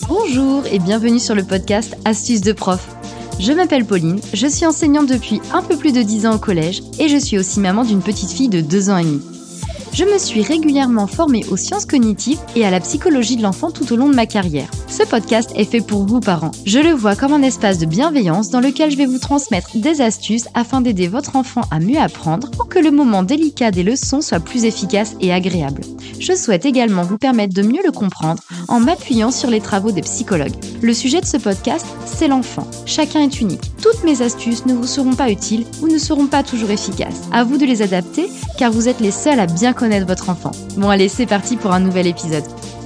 Bonjour et bienvenue sur le podcast Astuces de prof. Je m'appelle Pauline, je suis enseignante depuis un peu plus de 10 ans au collège et je suis aussi maman d'une petite fille de 2 ans et demi. Je me suis régulièrement formée aux sciences cognitives et à la psychologie de l'enfant tout au long de ma carrière. Ce podcast est fait pour vous parents. Je le vois comme un espace de bienveillance dans lequel je vais vous transmettre des astuces afin d'aider votre enfant à mieux apprendre pour que le moment délicat des leçons soit plus efficace et agréable. Je souhaite également vous permettre de mieux le comprendre en m'appuyant sur les travaux des psychologues. Le sujet de ce podcast, c'est l'enfant. Chacun est unique. Toutes mes astuces ne vous seront pas utiles ou ne seront pas toujours efficaces. À vous de les adapter car vous êtes les seuls à bien connaître votre enfant. Bon allez, c'est parti pour un nouvel épisode.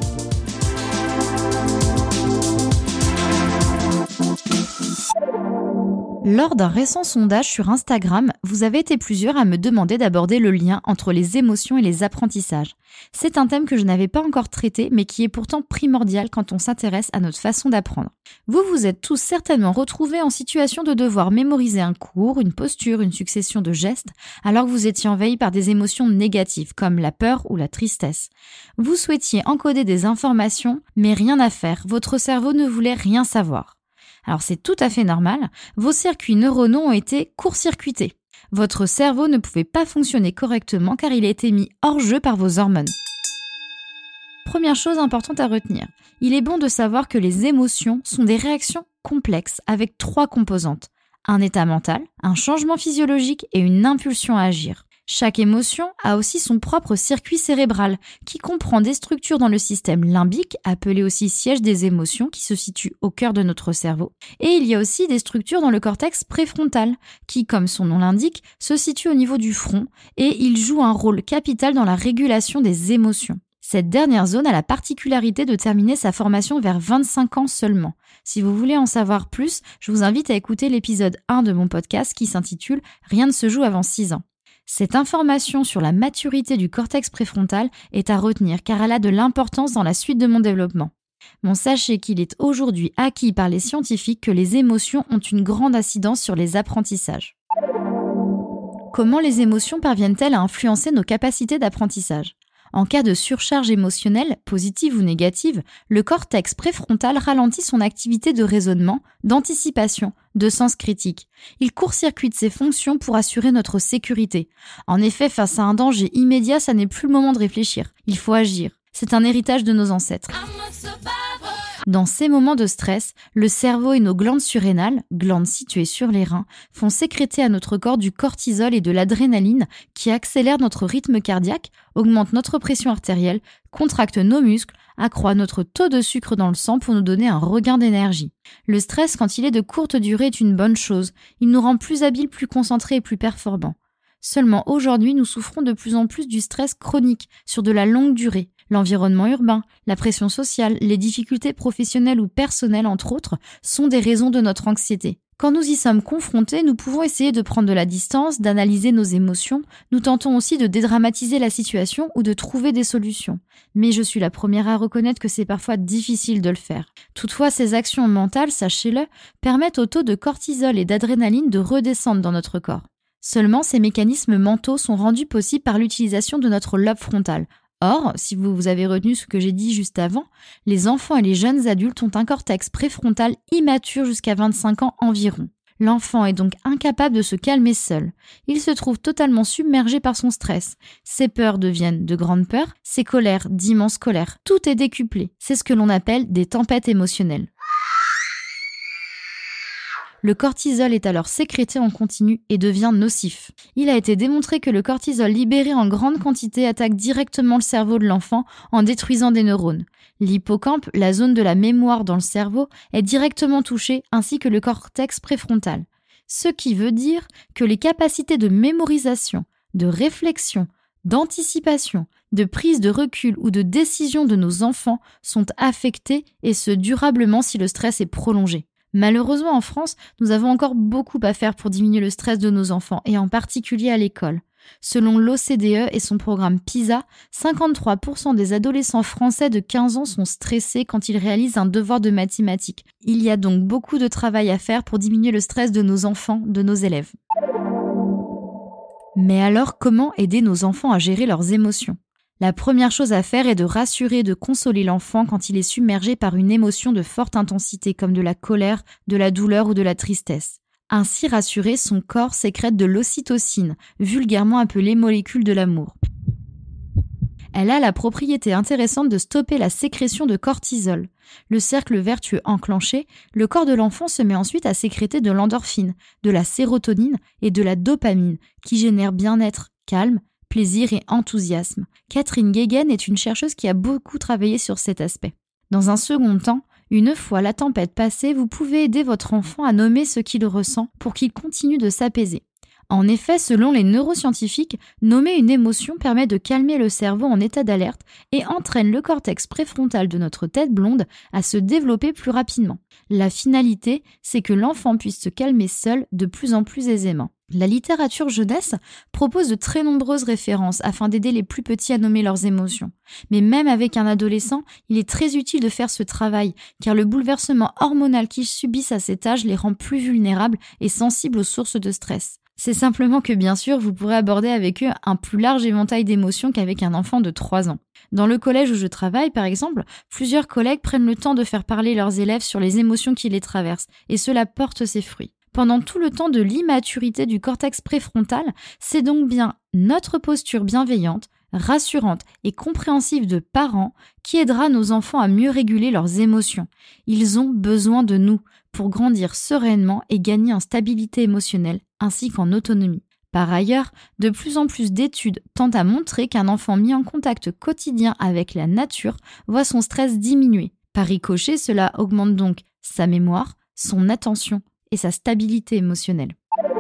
Lors d'un récent sondage sur Instagram, vous avez été plusieurs à me demander d'aborder le lien entre les émotions et les apprentissages. C'est un thème que je n'avais pas encore traité, mais qui est pourtant primordial quand on s'intéresse à notre façon d'apprendre. Vous vous êtes tous certainement retrouvés en situation de devoir mémoriser un cours, une posture, une succession de gestes, alors que vous étiez envahi par des émotions négatives, comme la peur ou la tristesse. Vous souhaitiez encoder des informations, mais rien à faire, votre cerveau ne voulait rien savoir. Alors c'est tout à fait normal, vos circuits neuronaux ont été court-circuités. Votre cerveau ne pouvait pas fonctionner correctement car il a été mis hors jeu par vos hormones. Première chose importante à retenir, il est bon de savoir que les émotions sont des réactions complexes avec 3 composantes. Un état mental, un changement physiologique et une impulsion à agir. Chaque émotion a aussi son propre circuit cérébral qui comprend des structures dans le système limbique, appelé aussi siège des émotions, qui se situe au cœur de notre cerveau. Et il y a aussi des structures dans le cortex préfrontal qui, comme son nom l'indique, se situe au niveau du front et il joue un rôle capital dans la régulation des émotions. Cette dernière zone a la particularité de terminer sa formation vers 25 ans seulement. Si vous voulez en savoir plus, je vous invite à écouter l'épisode 1 de mon podcast qui s'intitule « Rien ne se joue avant 6 ans ». Cette information sur la maturité du cortex préfrontal est à retenir car elle a de l'importance dans la suite de mon développement. Bon, sachez qu'il est aujourd'hui acquis par les scientifiques que les émotions ont une grande incidence sur les apprentissages. Comment les émotions parviennent-elles à influencer nos capacités d'apprentissage ? En cas de surcharge émotionnelle, positive ou négative, le cortex préfrontal ralentit son activité de raisonnement, d'anticipation, de sens critique. Il court-circuite ses fonctions pour assurer notre sécurité. En effet, face à un danger immédiat, ça n'est plus le moment de réfléchir. Il faut agir. C'est un héritage de nos ancêtres. Dans ces moments de stress, le cerveau et nos glandes surrénales, glandes situées sur les reins, font sécréter à notre corps du cortisol et de l'adrénaline qui accélèrent notre rythme cardiaque, augmentent notre pression artérielle, contractent nos muscles, accroît notre taux de sucre dans le sang pour nous donner un regain d'énergie. Le stress, quand il est de courte durée, est une bonne chose. Il nous rend plus habiles, plus concentrés et plus performants. Seulement aujourd'hui, nous souffrons de plus en plus du stress chronique sur de la longue durée. L'environnement urbain, la pression sociale, les difficultés professionnelles ou personnelles entre autres, sont des raisons de notre anxiété. Quand nous y sommes confrontés, nous pouvons essayer de prendre de la distance, d'analyser nos émotions. Nous tentons aussi de dédramatiser la situation ou de trouver des solutions. Mais je suis la première à reconnaître que c'est parfois difficile de le faire. Toutefois, ces actions mentales, sachez-le, permettent au taux de cortisol et d'adrénaline de redescendre dans notre corps. Seulement, ces mécanismes mentaux sont rendus possibles par l'utilisation de notre lobe frontal. Or, si vous avez retenu ce que j'ai dit juste avant, les enfants et les jeunes adultes ont un cortex préfrontal immature jusqu'à 25 ans environ. L'enfant est donc incapable de se calmer seul. Il se trouve totalement submergé par son stress. Ses peurs deviennent de grandes peurs, ses colères d'immenses colères. Tout est décuplé. C'est ce que l'on appelle des tempêtes émotionnelles. Le cortisol est alors sécrété en continu et devient nocif. Il a été démontré que le cortisol libéré en grande quantité attaque directement le cerveau de l'enfant en détruisant des neurones. L'hippocampe, la zone de la mémoire dans le cerveau, est directement touchée ainsi que le cortex préfrontal. Ce qui veut dire que les capacités de mémorisation, de réflexion, d'anticipation, de prise de recul ou de décision de nos enfants sont affectées et ce durablement si le stress est prolongé. Malheureusement, en France, nous avons encore beaucoup à faire pour diminuer le stress de nos enfants, et en particulier à l'école. Selon l'OCDE et son programme PISA, 53% des adolescents français de 15 ans sont stressés quand ils réalisent un devoir de mathématiques. Il y a donc beaucoup de travail à faire pour diminuer le stress de nos enfants, de nos élèves. Mais alors, comment aider nos enfants à gérer leurs émotions ? La première chose à faire est de rassurer et de consoler l'enfant quand il est submergé par une émotion de forte intensité comme de la colère, de la douleur ou de la tristesse. Ainsi rassuré, son corps sécrète de l'ocytocine, vulgairement appelée molécule de l'amour. Elle a la propriété intéressante de stopper la sécrétion de cortisol. Le cercle vertueux enclenché, le corps de l'enfant se met ensuite à sécréter de l'endorphine, de la sérotonine et de la dopamine, qui génèrent bien-être, calme, plaisir et enthousiasme. Catherine Guéguen est une chercheuse qui a beaucoup travaillé sur cet aspect. Dans un second temps, une fois la tempête passée, vous pouvez aider votre enfant à nommer ce qu'il ressent pour qu'il continue de s'apaiser. En effet, selon les neuroscientifiques, nommer une émotion permet de calmer le cerveau en état d'alerte et entraîne le cortex préfrontal de notre tête blonde à se développer plus rapidement. La finalité, c'est que l'enfant puisse se calmer seul de plus en plus aisément. La littérature jeunesse propose de très nombreuses références afin d'aider les plus petits à nommer leurs émotions. Mais même avec un adolescent, il est très utile de faire ce travail, car le bouleversement hormonal qu'ils subissent à cet âge les rend plus vulnérables et sensibles aux sources de stress. C'est simplement que bien sûr, vous pourrez aborder avec eux un plus large éventail d'émotions qu'avec un enfant de 3 ans. Dans le collège où je travaille, par exemple, plusieurs collègues prennent le temps de faire parler leurs élèves sur les émotions qui les traversent, et cela porte ses fruits. Pendant tout le temps de l'immaturité du cortex préfrontal, c'est donc bien notre posture bienveillante, rassurante et compréhensive de parents qui aidera nos enfants à mieux réguler leurs émotions. Ils ont besoin de nous pour grandir sereinement et gagner en stabilité émotionnelle ainsi qu'en autonomie. Par ailleurs, de plus en plus d'études tentent à montrer qu'un enfant mis en contact quotidien avec la nature voit son stress diminuer. Par ricochet, cela augmente donc sa mémoire, son attention et sa stabilité émotionnelle.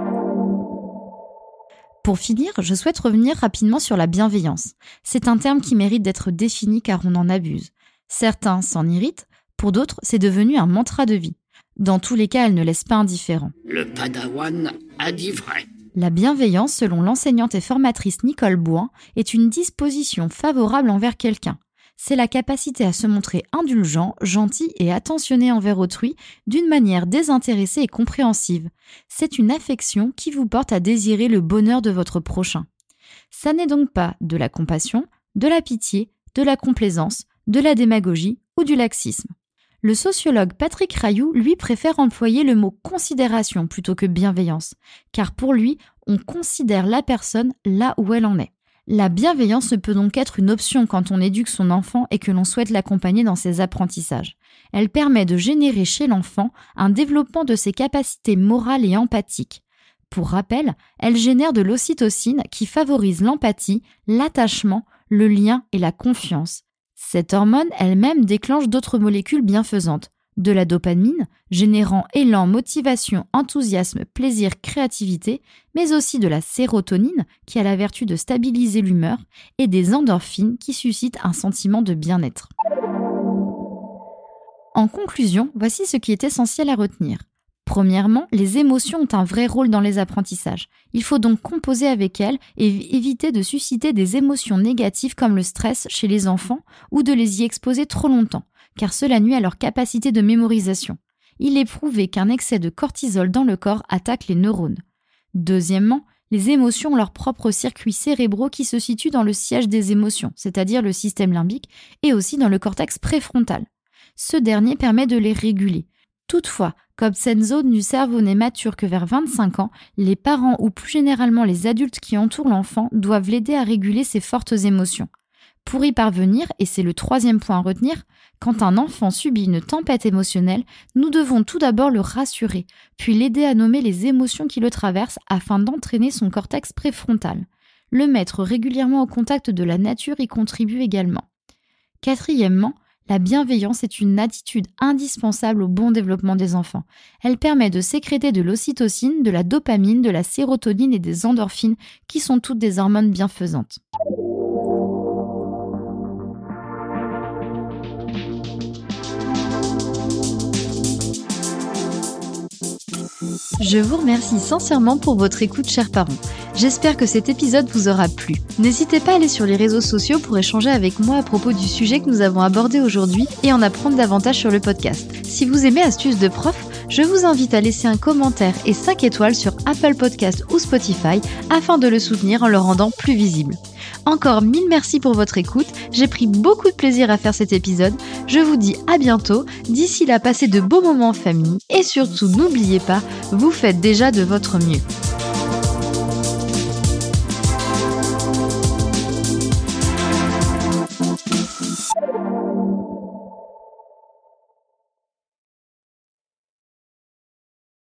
Pour finir, je souhaite revenir rapidement sur la bienveillance. C'est un terme qui mérite d'être défini car on en abuse. Certains s'en irritent, pour d'autres, c'est devenu un mantra de vie. Dans tous les cas, elle ne laisse pas indifférent. Le padawan a dit vrai. La bienveillance, selon l'enseignante et formatrice Nicole Bouin, est une disposition favorable envers quelqu'un. C'est la capacité à se montrer indulgent, gentil et attentionné envers autrui d'une manière désintéressée et compréhensive. C'est une affection qui vous porte à désirer le bonheur de votre prochain. Ça n'est donc pas de la compassion, de la pitié, de la complaisance, de la démagogie ou du laxisme. Le sociologue Patrick Rayoux, lui, préfère employer le mot considération plutôt que bienveillance, car pour lui, on considère la personne là où elle en est. La bienveillance peut donc être une option quand on éduque son enfant et que l'on souhaite l'accompagner dans ses apprentissages. Elle permet de générer chez l'enfant un développement de ses capacités morales et empathiques. Pour rappel, elle génère de l'ocytocine qui favorise l'empathie, l'attachement, le lien et la confiance. Cette hormone elle-même déclenche d'autres molécules bienfaisantes, de la dopamine, générant élan, motivation, enthousiasme, plaisir, créativité, mais aussi de la sérotonine, qui a la vertu de stabiliser l'humeur, et des endorphines qui suscitent un sentiment de bien-être. En conclusion, voici ce qui est essentiel à retenir. Premièrement, les émotions ont un vrai rôle dans les apprentissages. Il faut donc composer avec elles et éviter de susciter des émotions négatives comme le stress chez les enfants ou de les y exposer trop longtemps, car cela nuit à leur capacité de mémorisation. Il est prouvé qu'un excès de cortisol dans le corps attaque les neurones. Deuxièmement, les émotions ont leurs propres circuits cérébraux qui se situent dans le siège des émotions, c'est-à-dire le système limbique, et aussi dans le cortex préfrontal. Ce dernier permet de les réguler. Toutefois, comme cette zone du cerveau n'est mature que vers 25 ans, les parents ou plus généralement les adultes qui entourent l'enfant doivent l'aider à réguler ses fortes émotions. Pour y parvenir, et c'est le 3e point à retenir, quand un enfant subit une tempête émotionnelle, nous devons tout d'abord le rassurer, puis l'aider à nommer les émotions qui le traversent afin d'entraîner son cortex préfrontal. Le mettre régulièrement au contact de la nature y contribue également. 4e, la bienveillance est une attitude indispensable au bon développement des enfants. Elle permet de sécréter de l'ocytocine, de la dopamine, de la sérotonine et des endorphines qui sont toutes des hormones bienfaisantes. Je vous remercie sincèrement pour votre écoute, chers parents. J'espère que cet épisode vous aura plu. N'hésitez pas à aller sur les réseaux sociaux pour échanger avec moi à propos du sujet que nous avons abordé aujourd'hui et en apprendre davantage sur le podcast. Si vous aimez Astuces de prof, je vous invite à laisser un commentaire et 5 étoiles sur Apple Podcast ou Spotify afin de le soutenir en le rendant plus visible. Encore 1000 merci pour votre écoute, j'ai pris beaucoup de plaisir à faire cet épisode, je vous dis à bientôt, d'ici là passez de beaux moments en famille et surtout n'oubliez pas, vous faites déjà de votre mieux.